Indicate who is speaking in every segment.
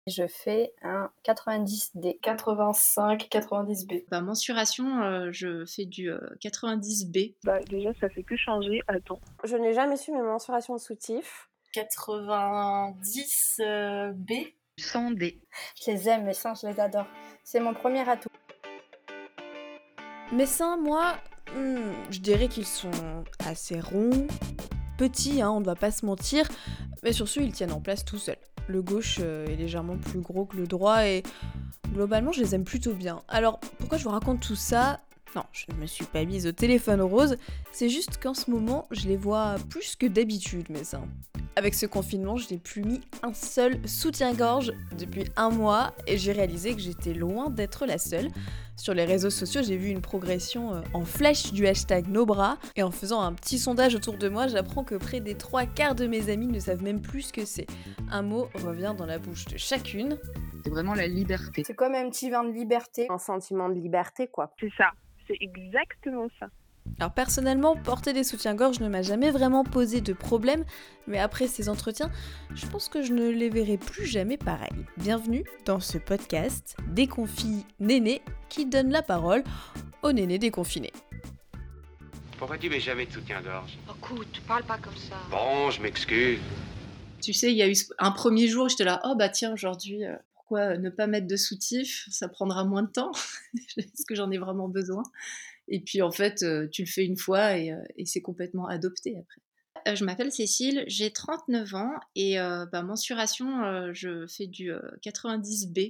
Speaker 1: Je fais un 90D.
Speaker 2: 85-90 B.
Speaker 3: Mensuration, je fais du 90 B.
Speaker 4: Déjà, ça fait que changer. Attends.
Speaker 5: Je n'ai jamais su mes mensurations de soutif.
Speaker 2: 90 B.
Speaker 6: 100 D.
Speaker 1: Je les aime, mes seins, je les adore. C'est mon premier atout.
Speaker 7: Mes seins, moi, je dirais qu'ils sont assez ronds, petits, on ne va pas se mentir, mais sur ce, ils tiennent en place tout seuls. Le gauche est légèrement plus gros que le droit et globalement, je les aime plutôt bien. Alors, pourquoi je vous raconte tout ça ? Non, je ne me suis pas mise au téléphone rose, c'est juste qu'en ce moment, je les vois plus que d'habitude, mes seins. Avec ce confinement, je n'ai plus mis un seul soutien-gorge depuis 1 mois et j'ai réalisé que j'étais loin d'être la seule. Sur les réseaux sociaux, j'ai vu une progression en flèche du hashtag #NoBras et en faisant un petit sondage autour de moi, j'apprends que près des 3/4 de mes amis ne savent même plus ce que c'est. Un mot revient dans la bouche de chacune.
Speaker 6: C'est vraiment la liberté.
Speaker 1: C'est comme un petit vin de liberté.
Speaker 5: Un sentiment de liberté, quoi.
Speaker 4: C'est ça. C'est exactement ça.
Speaker 7: Alors personnellement, porter des soutiens-gorge ne m'a jamais vraiment posé de problème, mais après ces entretiens, je pense que je ne les verrai plus jamais pareil. Bienvenue dans ce podcast Déconfie Néné qui donne la parole aux nénés déconfinés.
Speaker 8: Pourquoi tu mets jamais de soutien-gorge?
Speaker 9: Écoute, parle pas comme ça.
Speaker 8: Bon, je m'excuse.
Speaker 3: Tu sais, il y a eu un premier jour, j'étais là, oh bah tiens, aujourd'hui, pourquoi ne pas mettre de soutif? Ça prendra moins de temps. Est-ce que j'en ai vraiment besoin? Et puis en fait, tu le fais une fois et c'est complètement adopté après. Je m'appelle Cécile, j'ai 39 ans et mensuration, je fais du 90 B.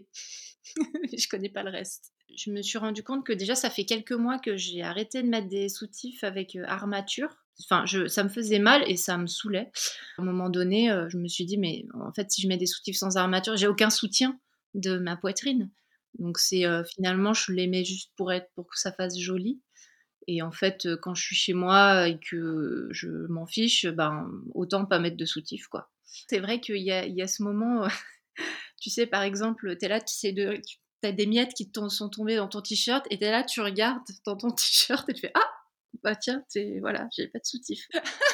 Speaker 3: Je connais pas le reste. Je me suis rendu compte que déjà, ça fait quelques mois que j'ai arrêté de mettre des soutifs avec armature. Enfin, ça me faisait mal et ça me saoulait. À un moment donné, je me suis dit, mais en fait, si je mets des soutifs sans armature, j'ai aucun soutien de ma poitrine. Donc c'est finalement, je les mets juste pour que ça fasse joli. Et en fait, quand je suis chez moi et que je m'en fiche, autant pas mettre de soutif, quoi. C'est vrai qu'il y a ce moment, tu sais, par exemple, t'es là, t'as des miettes qui sont tombées dans ton t-shirt et t'es là, tu regardes dans ton t-shirt et tu fais « Ah, bah tiens, voilà, j'ai pas de soutif ».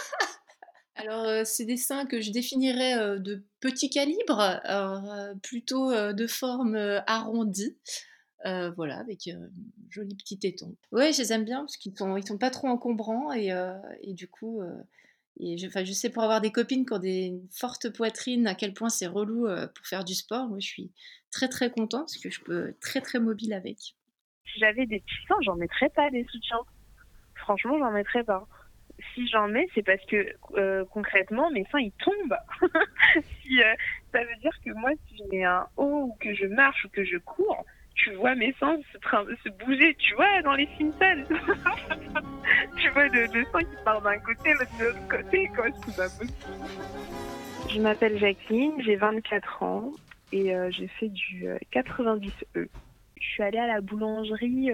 Speaker 3: Alors, c'est des seins que je définirais de petit calibre, plutôt de forme arrondie. Voilà, avec joli petit téton. Ouais, je les aime bien parce ils sont pas trop encombrants et du coup, je sais pour avoir des copines qui ont des fortes poitrines à quel point c'est relou pour faire du sport. Moi, je suis très très contente parce que je peux être très très mobile avec.
Speaker 4: Si j'avais des petits seins, j'en mettrais pas des soutiens. Franchement, j'en mettrais pas. Si j'en mets, c'est parce que concrètement, mes seins, ils tombent. Ça veut dire que moi, si je mets un haut ou que je marche ou que je cours, tu vois mes seins se bouger, tu vois, dans les Simpsons. Tu vois le sang qui part d'un côté, l'autre de l'autre côté, quoi, c'est pas possible. Je m'appelle Jacqueline, j'ai 24 ans et j'ai fait du 90E. Je suis allée à la boulangerie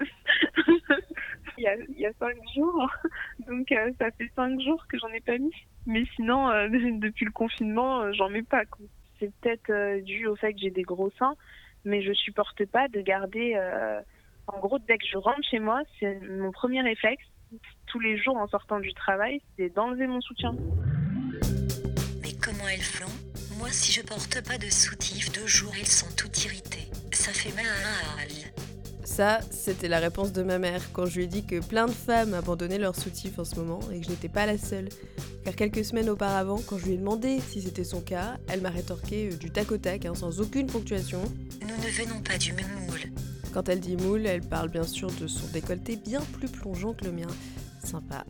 Speaker 4: il y a 5 jours, donc ça fait 5 jours que j'en ai pas mis. Mais sinon, depuis le confinement, j'en mets pas, quoi. C'est peut-être dû au fait que j'ai des gros seins, mais je supporte pas de garder... En gros, dès que je rentre chez moi, c'est mon premier réflexe, tous les jours en sortant du travail, c'est d'enlever mon soutien.
Speaker 9: Mais comment elles font? Moi, si je porte pas de soutif, 2 jours, elles sont toutes irritées. Ça fait mal.
Speaker 7: Ça, c'était la réponse de ma mère quand je lui ai dit que plein de femmes abandonnaient leur soutif en ce moment et que je n'étais pas la seule. Car quelques semaines auparavant, quand je lui ai demandé si c'était son cas, elle m'a rétorqué du tac au tac, sans aucune ponctuation.
Speaker 9: Nous ne venons pas du même moule.
Speaker 7: Quand elle dit moule, elle parle bien sûr de son décolleté bien plus plongeant que le mien. Sympa.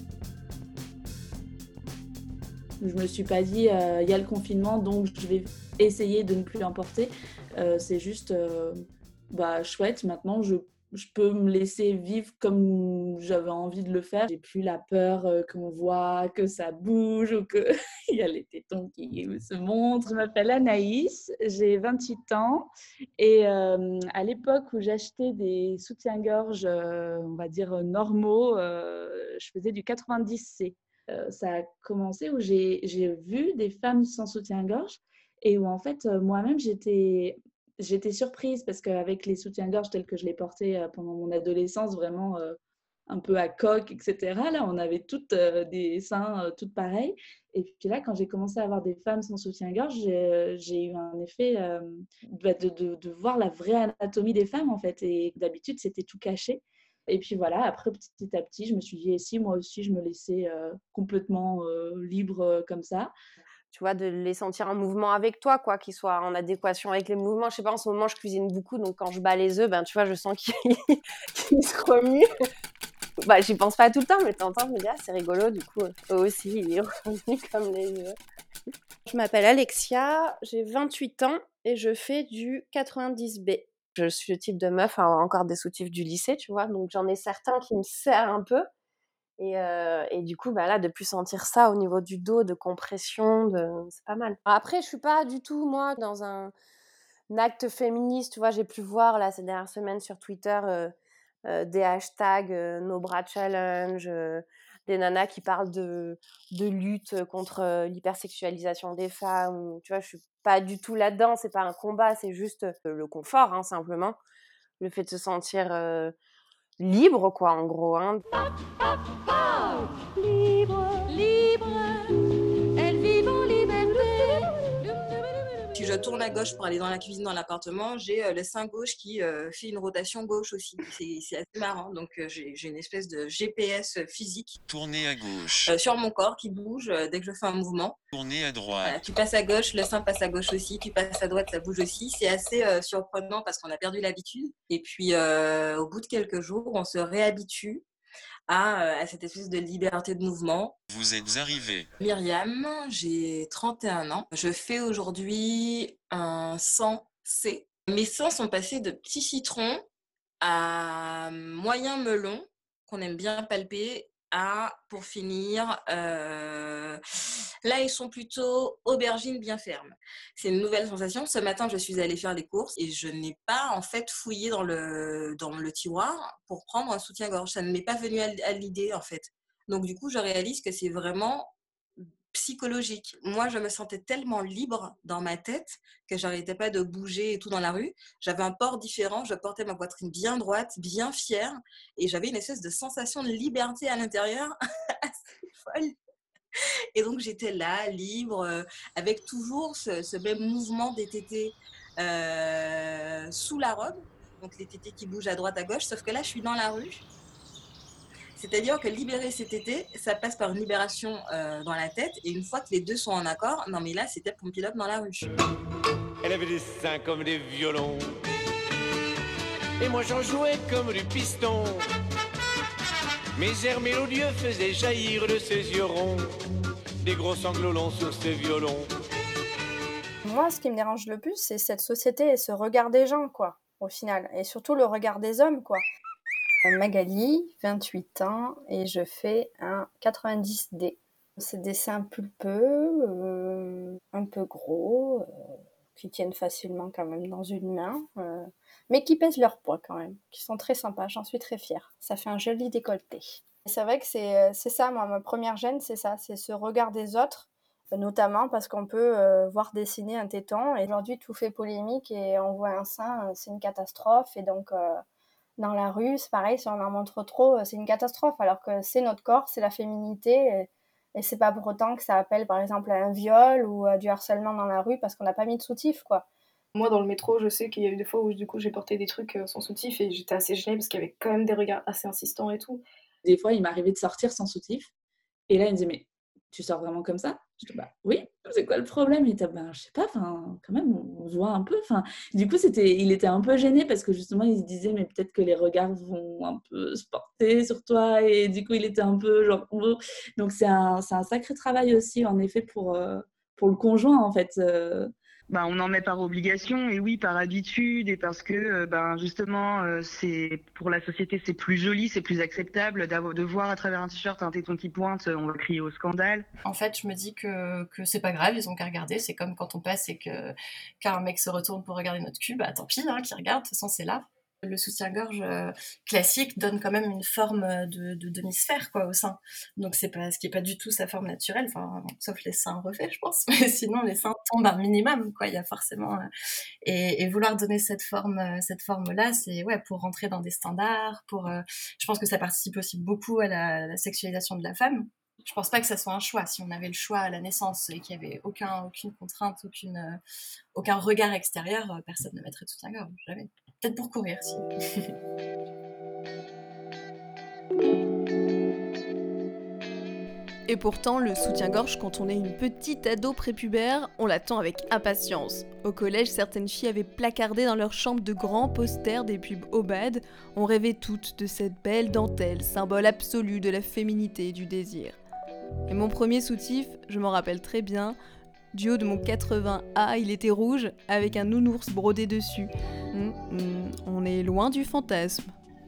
Speaker 10: Je me suis pas dit il y a le confinement donc je vais essayer de ne plus en porter. C'est juste chouette, maintenant je peux me laisser vivre comme j'avais envie de le faire. J'ai plus la peur qu'on voit que ça bouge ou qu'il y a les tétons qui se montrent. Je m'appelle Anaïs, j'ai 28 ans et à l'époque où j'achetais des soutiens-gorge, on va dire normaux, je faisais du 90C. Ça a commencé où j'ai vu des femmes sans soutien-gorge et où en fait moi-même j'étais surprise parce qu'avec les soutiens-gorge tels que je les portais pendant mon adolescence, vraiment un peu à coque, etc. Là, on avait toutes des seins toutes pareilles. Et puis là, quand j'ai commencé à avoir des femmes sans soutien-gorge, j'ai eu un effet de voir la vraie anatomie des femmes, en fait. Et d'habitude, c'était tout caché. Et puis voilà, après, petit à petit, je me suis dit, et si moi aussi, je me laissais complètement libre comme ça.
Speaker 5: Tu vois, de les sentir en mouvement avec toi, quoi, qu'ils soient en adéquation avec les mouvements. Je sais pas, en ce moment, je cuisine beaucoup, donc quand je bats les œufs, ben, tu vois, je sens qu'ils se remuent. Bah, j'y pense pas tout le temps, mais de temps en temps, je me dis, ah, c'est rigolo, du coup, eux aussi, il est revenu comme les œufs. Je m'appelle Alexia, j'ai 28 ans et je fais du 90B. Je suis le type de meuf à avoir encore des soutifs du lycée, tu vois, donc j'en ai certains qui me serrent un peu. Et du coup, bah là, de plus sentir ça au niveau du dos, de compression, c'est pas mal. Après, je suis pas du tout, moi, dans un acte féministe, tu vois, j'ai pu voir, là, ces dernières semaines sur Twitter, des hashtags No Bra Challenge, des nanas qui parlent de lutte contre l'hypersexualisation des femmes. Tu vois, je suis pas du tout là-dedans, c'est pas un combat, c'est juste le confort, hein, simplement. Le fait de se sentir libre, quoi, en gros. Hein.
Speaker 11: Libre, libre, elles vivent en liberté.
Speaker 12: Si je tourne à gauche pour aller dans la cuisine dans l'appartement, j'ai le sein gauche qui fait une rotation gauche aussi. C'est assez marrant. Donc j'ai une espèce de GPS physique.
Speaker 13: Tourner à gauche.
Speaker 12: Sur mon corps qui bouge dès que je fais un mouvement.
Speaker 13: Tourner à droite.
Speaker 12: Voilà, tu passes à gauche, le sein passe à gauche aussi. Tu passes à droite, ça bouge aussi. C'est assez surprenant parce qu'on a perdu l'habitude. Et puis au bout de quelques jours, on se réhabitue à cette espèce de liberté de mouvement.
Speaker 13: Vous êtes arrivée.
Speaker 12: Myriam, j'ai 31 ans. Je fais aujourd'hui un 100C. Mes seins sont passés de petits citrons à moyen melon, qu'on aime bien palper, à, pour finir, là, ils sont plutôt aubergines bien fermes. C'est une nouvelle sensation. Ce matin, je suis allée faire les courses et je n'ai pas, en fait, fouillé dans le tiroir pour prendre un soutien-gorge. Ça ne m'est pas venu à l'idée, en fait. Donc, du coup, je réalise que c'est vraiment psychologique. Moi, je me sentais tellement libre dans ma tête que j'arrêtais pas de bouger et tout dans la rue. J'avais un port différent, je portais ma poitrine bien droite, bien fière, et j'avais une espèce de sensation de liberté à l'intérieur assez folle. Et donc, j'étais là, libre, avec toujours ce même mouvement des tétés sous la robe, donc les tétés qui bougent à droite, à gauche, sauf que là, je suis dans la rue. C'est-à-dire que libérer ces tétés, ça passe par une libération dans la tête. Et une fois que les deux sont en accord, non mais là, c'était Pompidop dans la rue.
Speaker 14: Elle avait des seins comme des violons. Et moi, j'en jouais comme du piston. Mes airs mélodieux faisaient jaillir de ses yeux ronds des gros sanglots longs sur ses violons.
Speaker 1: Moi, ce qui me dérange le plus, c'est cette société et ce regard des gens, quoi, au final. Et surtout le regard des hommes, quoi. Magali, 28 ans, et je fais un 90D. C'est des seins pulpeux, un peu gros, qui tiennent facilement quand même dans une main, mais qui pèsent leur poids quand même, qui sont très sympas, j'en suis très fière. Ça fait un joli décolleté. Et c'est vrai que c'est ça, moi, ma première gêne, c'est ça, c'est ce regard des autres, notamment parce qu'on peut voir dessiner un téton, et aujourd'hui tout fait polémique, et on voit un sein, c'est une catastrophe, et donc... dans la rue, c'est pareil, si on en montre trop, c'est une catastrophe, alors que c'est notre corps, c'est la féminité, et c'est pas pour autant que ça appelle par exemple à un viol ou à du harcèlement dans la rue parce qu'on n'a pas mis de soutif, quoi.
Speaker 2: Moi, dans le métro, je sais qu'il y a eu des fois où du coup j'ai porté des trucs sans soutif et j'étais assez gênée parce qu'il y avait quand même des regards assez insistants et tout.
Speaker 10: Des fois, il m'arrivait de sortir sans soutif, et là, il me disait, mais tu sors vraiment comme ça? Je dis, bah oui, c'est quoi le problème? Il était, ben, je sais pas, quand même, on voit un peu. Du coup, il était un peu gêné parce que justement, il se disait, mais peut-être que les regards vont un peu se porter sur toi, et du coup, il était un peu genre, oh. Donc, c'est un sacré travail aussi, en effet, pour le conjoint, en fait.
Speaker 6: On en met par obligation et oui, par habitude et parce que justement, c'est pour la société, c'est plus joli, c'est plus acceptable de voir à travers un t-shirt un téton qui pointe, on va crier au scandale.
Speaker 2: En fait, je me dis que c'est pas grave, ils ont qu'à regarder. C'est comme quand on passe et qu'un mec se retourne pour regarder notre cul, bah tant pis, hein, qu'il regarde, de toute façon c'est là.
Speaker 15: Le soutien-gorge classique donne quand même une forme de demi-sphère quoi, au sein. Donc c'est pas, ce qui n'est pas du tout sa forme naturelle, enfin, sauf les seins refaits, je pense. Mais sinon, les seins tombent un minimum, quoi. Il y a forcément... et vouloir donner cette forme-là, c'est pour rentrer dans des standards, je pense que ça participe aussi beaucoup à la sexualisation de la femme. Je pense pas que ça soit un choix. Si on avait le choix à la naissance et qu'il y avait aucune contrainte, aucun regard extérieur, personne ne mettrait de soutien-gorge, jamais. Peut-être pour courir, si.
Speaker 7: Et pourtant, le soutien-gorge, quand on est une petite ado prépubère, on l'attend avec impatience. Au collège, certaines filles avaient placardé dans leur chambre de grands posters des pubs Obad. On rêvait toutes de cette belle dentelle, symbole absolu de la féminité et du désir. Et mon premier soutif, je m'en rappelle très bien, du haut de mon 80A, il était rouge, avec un nounours brodé dessus. On est loin du fantasme.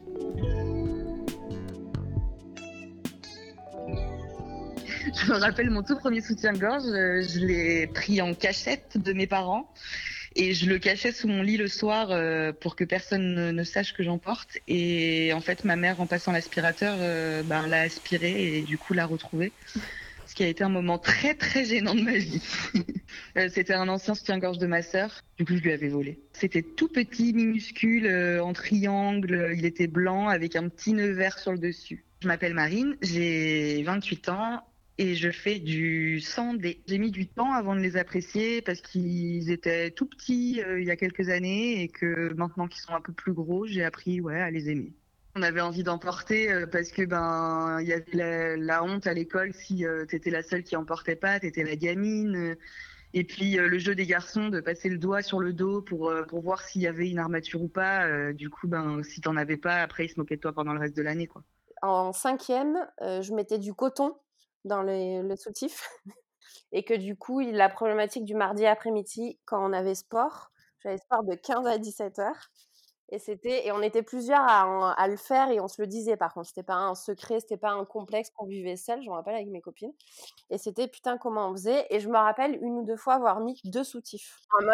Speaker 6: Je me rappelle mon tout premier soutien-gorge, je l'ai pris en cachette de mes parents et je le cachais sous mon lit le soir pour que personne ne sache que j'en porte. Et en fait, ma mère, en passant l'aspirateur, l'a aspiré et du coup l'a retrouvé. Ce qui a été un moment très très gênant de ma vie. C'était un ancien soutien-gorge de ma sœur, du coup je lui avais volé. C'était tout petit, minuscule, en triangle, il était blanc avec un petit nœud vert sur le dessus. Je m'appelle Marine, j'ai 28 ans et je fais du 100D. J'ai mis du temps avant de les apprécier parce qu'ils étaient tout petits il y a quelques années et que maintenant qu'ils sont un peu plus gros, j'ai appris à les aimer. On avait envie d'en porter parce que il y avait la honte à l'école si t'étais la seule qui en portait pas, t'étais la gamine. Et puis le jeu des garçons de passer le doigt sur le dos pour voir s'il y avait une armature ou pas. Du coup, si t'en avais pas, après ils se moquaient de toi pendant le reste de l'année, quoi.
Speaker 5: En 5e, je mettais du coton dans le soutif et que du coup, la problématique du mardi après-midi, quand on avait sport, j'avais sport de 15 à 17 heures. Et on était plusieurs à le faire et on se le disait. Par contre, c'était pas un secret, c'était pas un complexe qu'on vivait seul. Je me rappelle avec mes copines. Et c'était putain comment on faisait. Et je me rappelle 1 ou 2 fois avoir mis 2 soutifs en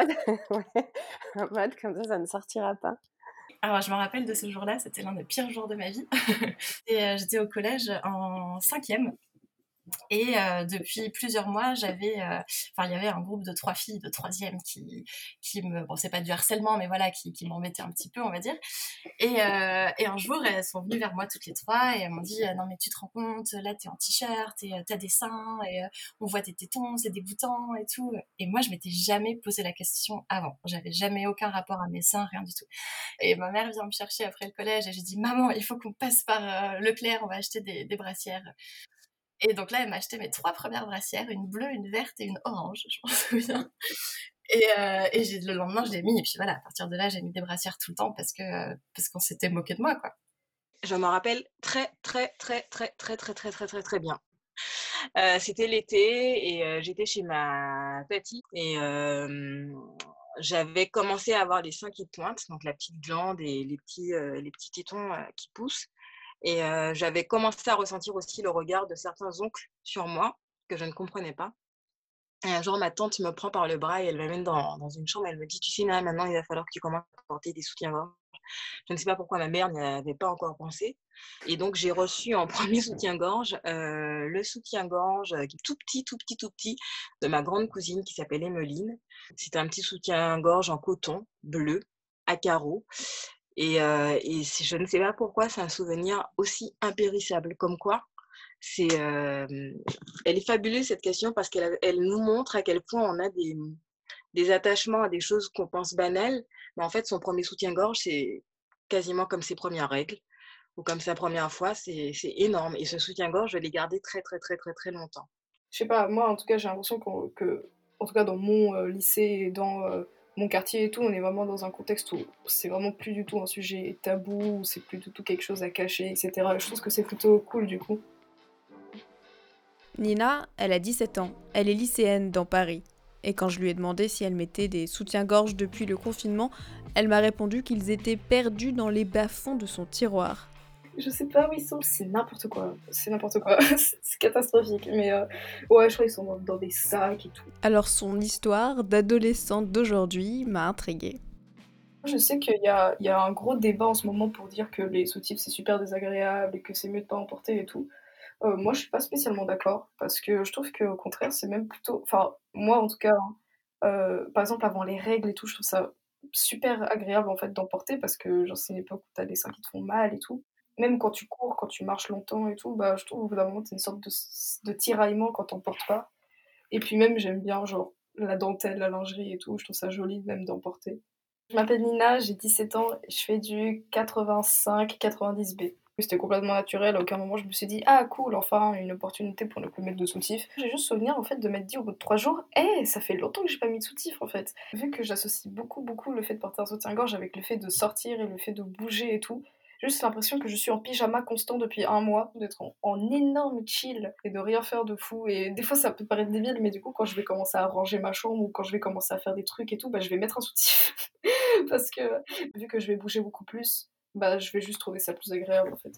Speaker 5: mode comme ça ne sortira pas.
Speaker 15: Alors, je me rappelle de ce jour-là, c'était l'un des pires jours de ma vie. Et j'étais au collège en 5e. Et depuis plusieurs mois, il y avait un groupe de 3 filles de 3e qui me, bon, c'est pas du harcèlement, mais voilà, qui m'embêtaient un petit peu, on va dire. Et un jour, elles sont venues vers moi toutes les 3 et elles m'ont dit non mais tu te rends compte, là t'es en t-shirt et t'as des seins et on voit tes tétons, c'est dégoûtant et tout. Et moi, je m'étais jamais posé la question avant. J'avais jamais aucun rapport à mes seins, rien du tout. Et ma mère vient me chercher après le collège et je dis maman, il faut qu'on passe par Leclerc, on va acheter des brassières. Et donc là, elle m'a acheté mes 3 premières brassières, une bleue, une verte et une orange, je m'en souviens. Et le lendemain, je l'ai mis. Et puis voilà, à partir de là, j'ai mis des brassières tout le temps parce qu'on s'était moqué de moi, quoi.
Speaker 12: Je me rappelle très bien. C'était l'été et j'étais chez ma tatie et j'avais commencé à avoir les seins qui pointent, donc la petite glande et les petits tétons qui poussent. Et j'avais commencé à ressentir aussi le regard de certains oncles sur moi, que je ne comprenais pas. Et un jour, ma tante me prend par le bras et elle m'amène dans une chambre. Elle me dit, tu sais, Nana, maintenant, il va falloir que tu commences à porter des soutiens-gorge. Je ne sais pas pourquoi ma mère n'y avait pas encore pensé. Et donc, j'ai reçu en premier soutien-gorge le soutien-gorge tout petit de ma grande cousine qui s'appelle Emmeline. C'était un petit soutien-gorge en coton bleu à carreaux. Et je ne sais pas pourquoi, c'est un souvenir aussi impérissable. Comme quoi, elle est fabuleuse cette question parce qu'elle nous montre à quel point on a des attachements à des choses qu'on pense banales. Mais en fait, son premier soutien-gorge, c'est quasiment comme ses premières règles ou comme sa première fois. C'est énorme. Et ce soutien-gorge, je l'ai gardé très longtemps.
Speaker 2: Je sais pas, moi en tout cas, j'ai l'impression que en tout cas dans mon lycée et dans mon quartier et tout, on est vraiment dans un contexte où c'est vraiment plus du tout un sujet tabou, où c'est plus du tout quelque chose à cacher, etc. Je trouve que c'est plutôt cool du coup.
Speaker 7: Nina, elle a 17 ans, elle est lycéenne dans Paris. Et quand je lui ai demandé si elle mettait des soutiens-gorge depuis le confinement, elle m'a répondu qu'ils étaient perdus dans les bas-fonds de son tiroir.
Speaker 2: Je sais pas où ils sont, c'est n'importe quoi, c'est catastrophique, mais ouais, je crois qu'ils sont dans des sacs et tout.
Speaker 7: Alors son histoire d'adolescente d'aujourd'hui m'a intriguée.
Speaker 2: Je sais qu'il y a un gros débat en ce moment pour dire que les soutifs c'est super désagréable et que c'est mieux de pas en porter et tout. Moi, je suis pas spécialement d'accord parce que je trouve qu'au contraire, c'est même plutôt, enfin, moi en tout cas, hein, par exemple avant les règles et tout, je trouve ça super agréable en fait d'en porter parce que genre c'est une époque où tu as des seins qui te font mal et tout. Même quand tu cours, quand tu marches longtemps et tout, bah, je trouve au bout d'un moment, tu une sorte de tiraillement quand tu en portes pas. Et puis même, j'aime bien genre la dentelle, la lingerie et tout, je trouve ça joli même d'en porter. Je m'appelle Nina, j'ai 17 ans, et je fais du 85-90 B. C'était complètement naturel, à aucun moment je me suis dit ah cool, enfin une opportunité pour ne plus mettre de soutif. J'ai juste souvenir en fait de m'être dit au bout de 3 jours, ça fait longtemps que j'ai pas mis de soutif en fait. Vu que j'associe beaucoup le fait de porter un soutien-gorge avec le fait de sortir et le fait de bouger et tout, j'ai juste l'impression que je suis en pyjama constant depuis un mois, d'être en énorme chill et de rien faire de fou. Et des fois ça peut paraître débile, mais du coup quand je vais commencer à ranger ma chambre ou quand je vais commencer à faire des trucs et tout, bah je vais mettre un soutif. Parce que vu que je vais bouger beaucoup plus, bah je vais juste trouver ça plus agréable en fait.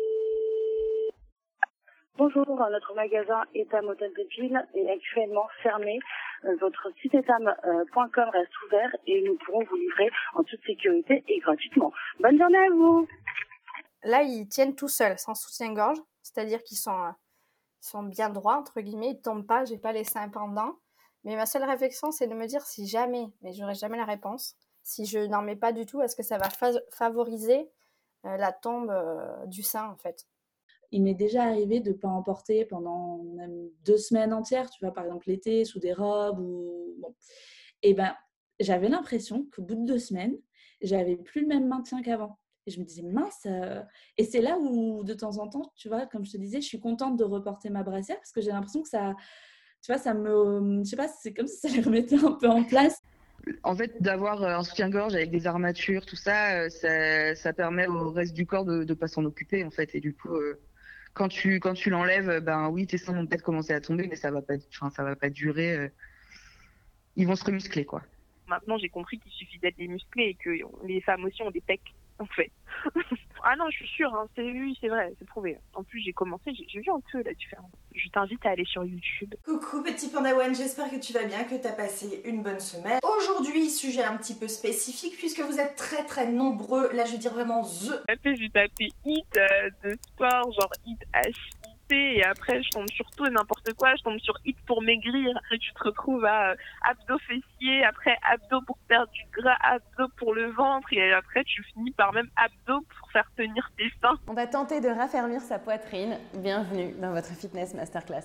Speaker 16: Bonjour, notre magasin Etam Hôtel de Ville est actuellement fermé. Votre site etam.com reste ouvert et nous pourrons vous livrer en toute sécurité et gratuitement. Bonne journée à vous.
Speaker 1: Là, ils tiennent tout seuls, sans soutien-gorge, c'est-à-dire qu'ils sont bien droits, entre guillemets, ils tombent pas, j'ai pas les seins pendants. Mais ma seule réflexion, c'est de me dire si jamais, mais j'aurai jamais la réponse, si je n'en mets pas du tout, est-ce que ça va favoriser la tombe du sein, en fait.
Speaker 10: Il m'est déjà arrivé de ne pas en porter pendant même 2 semaines entières, tu vois, par exemple l'été, sous des robes ou... Bon. Et ben, j'avais l'impression qu'au bout de 2 semaines, j'avais plus le même maintien qu'avant. Et je me disais, mince. Et c'est là où, de temps en temps, tu vois, comme je te disais, je suis contente de reporter ma brassière parce que j'ai l'impression que ça, tu vois, ça me... Je sais pas, c'est comme si ça les remettait un peu en place.
Speaker 6: En fait, d'avoir un soutien-gorge avec des armatures, tout ça, ça permet au reste du corps de pas s'en occuper, en fait. Et du coup, quand tu l'enlèves, ben oui, tes seins vont peut-être commencer à tomber, mais ça va pas durer. Ils vont se remuscler, quoi.
Speaker 4: Maintenant, j'ai compris qu'il suffit d'être des musclés et que les femmes aussi ont des pecs, en fait. Ah non, je suis sûre, hein, oui, c'est vrai, c'est prouvé. En plus, j'ai commencé, j'ai vu un peu la différence. Je t'invite à aller sur YouTube.
Speaker 17: Coucou petit Pandawan, j'espère que tu vas bien, que tu as passé une bonne semaine. Aujourd'hui, sujet un petit peu spécifique puisque vous êtes très nombreux, là je veux dire vraiment
Speaker 4: J'ai tapé hit de sport, genre hit HIT, et après je tombe sur tout et n'importe quoi, je tombe sur hit pour maigrir, après tu te retrouves à abdos fessiers, après abdos pour perdre du gras, abdos pour le ventre, et après tu finis par même abdos pour faire tenir tes seins.
Speaker 18: On va tenter de raffermir sa poitrine. Bienvenue dans votre fitness masterclass.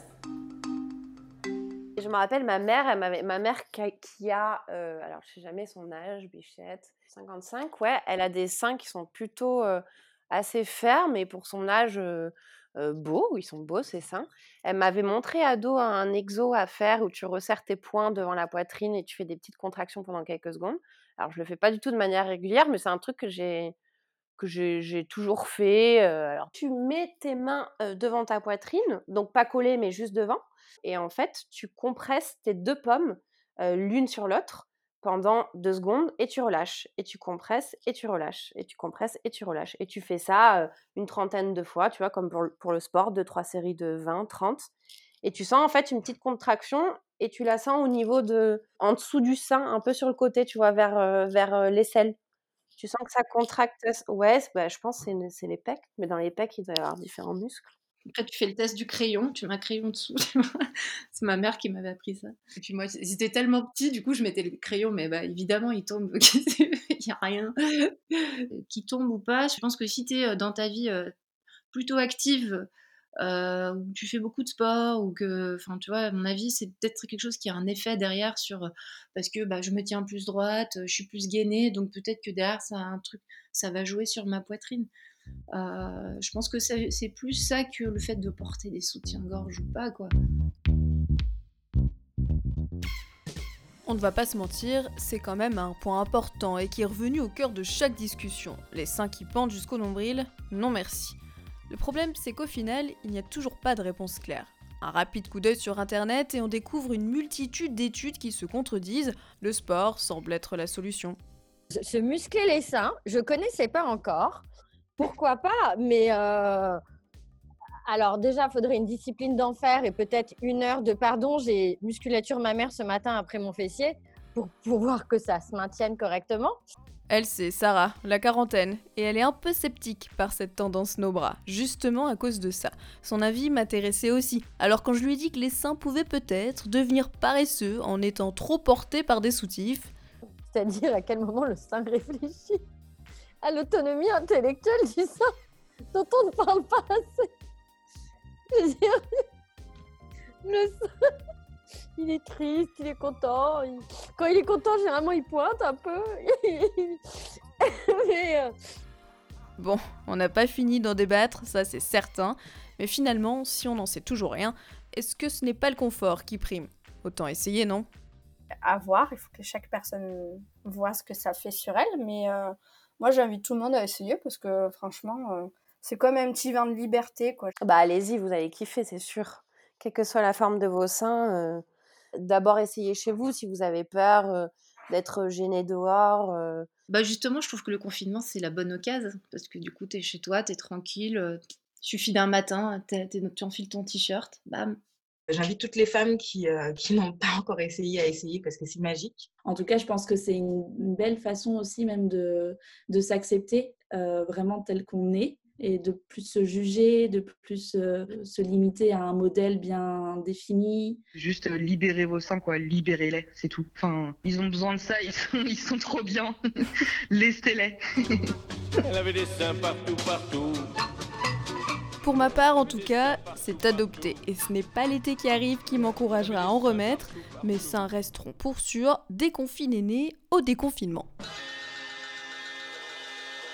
Speaker 5: Je me rappelle, ma mère qui a, alors je sais jamais son âge, Bichette, 55, ouais, elle a des seins qui sont plutôt assez fermes et pour son âge beaux, ils sont beaux ces seins. Elle m'avait montré ado un exo à faire où tu resserres tes poings devant la poitrine et tu fais des petites contractions pendant quelques secondes. Alors je le fais pas du tout de manière régulière, mais c'est un truc que j'ai toujours fait. Alors tu mets tes mains devant ta poitrine, donc pas collées mais juste devant. Et en fait, tu compresses tes 2 pommes l'une sur l'autre pendant 2 secondes et tu relâches. Et tu compresses et tu relâches. Et tu compresses et tu relâches. Et tu fais ça une 30aine de fois, tu vois, comme pour le sport, 2-3 séries de 20, 30. Et tu sens en fait une petite contraction et tu la sens au niveau en dessous du sein, un peu sur le côté, tu vois, vers l'aisselle. Tu sens que ça contracte. Ouais, je pense que c'est les pecs. Mais dans les pecs, il doit y avoir différents muscles.
Speaker 3: Après, tu fais le test du crayon, tu mets un crayon dessous. C'est ma mère qui m'avait appris ça. Et puis moi, c'était tellement petit, du coup, je mettais le crayon, mais évidemment, il tombe. Il n'y a rien qui tombe ou pas. Je pense que si tu es dans ta vie plutôt active, où tu fais beaucoup de sport, ou que, enfin, tu vois, à mon avis, c'est peut-être quelque chose qui a un effet derrière parce que je me tiens plus droite, je suis plus gainée, donc peut-être que derrière, ça a un truc, ça va jouer sur ma poitrine. Je pense que c'est plus ça que le fait de porter des soutiens-gorge ou pas, quoi.
Speaker 7: On ne va pas se mentir, c'est quand même un point important et qui est revenu au cœur de chaque discussion. Les seins qui pendent jusqu'au nombril, non merci. Le problème, c'est qu'au final, il n'y a toujours pas de réponse claire. Un rapide coup d'œil sur internet et on découvre une multitude d'études qui se contredisent. Le sport semble être la solution.
Speaker 19: Se muscler les seins, je connaissais pas encore. Pourquoi pas, mais alors déjà, il faudrait une discipline d'enfer et peut-être 1 heure de pardon. J'ai musculature mammaire ce matin après mon fessier. pour voir que ça se maintienne correctement.
Speaker 7: Elle, c'est Sarah, la quarantaine, et elle est un peu sceptique par cette tendance no bras, justement à cause de ça. Son avis m'intéressait aussi. Alors quand je lui ai dit que les seins pouvaient peut-être devenir paresseux en étant trop portés par des soutifs,
Speaker 19: C'est-à-dire à quel moment le sein réfléchit à l'autonomie intellectuelle du sein dont on ne parle pas assez. Je veux dire, le sein, il est triste, il est content. Quand il est content, généralement, il pointe un peu. Mais,
Speaker 7: Bon, on n'a pas fini d'en débattre, ça c'est certain, mais finalement, si on n'en sait toujours rien, est-ce que ce n'est pas le confort qui prime ? Autant essayer, non ?
Speaker 1: À voir, il faut que chaque personne voit ce que ça fait sur elle, mais moi j'invite tout le monde à essayer parce que franchement, c'est comme un petit vin de liberté, quoi.
Speaker 5: Bah allez-y, vous allez kiffer, c'est sûr. Quelle que soit la forme de vos seins, d'abord essayez chez vous si vous avez peur d'être gêné dehors.
Speaker 3: Bah justement, je trouve que le confinement, c'est la bonne occasion, parce que du coup, t'es chez toi, t'es tranquille, suffit d'un matin, tu enfiles ton t-shirt, bam.
Speaker 6: J'invite toutes les femmes qui n'ont pas encore essayé à essayer parce que c'est magique.
Speaker 10: En tout cas, je pense que c'est une belle façon aussi même de s'accepter vraiment tel qu'on est et de plus se juger, de plus se limiter à un modèle bien défini.
Speaker 6: Juste libérez vos seins, quoi, libérez-les, c'est tout. Enfin, ils ont besoin de ça, ils sont trop bien. Laissez-les.
Speaker 14: Elle avait des seins partout, partout.
Speaker 7: Pour ma part, en tout cas, c'est adopté. Et ce n'est pas l'été qui arrive qui m'encouragera à en remettre. Mes seins resteront pour sûr déconfinés au déconfinement. Et vous ?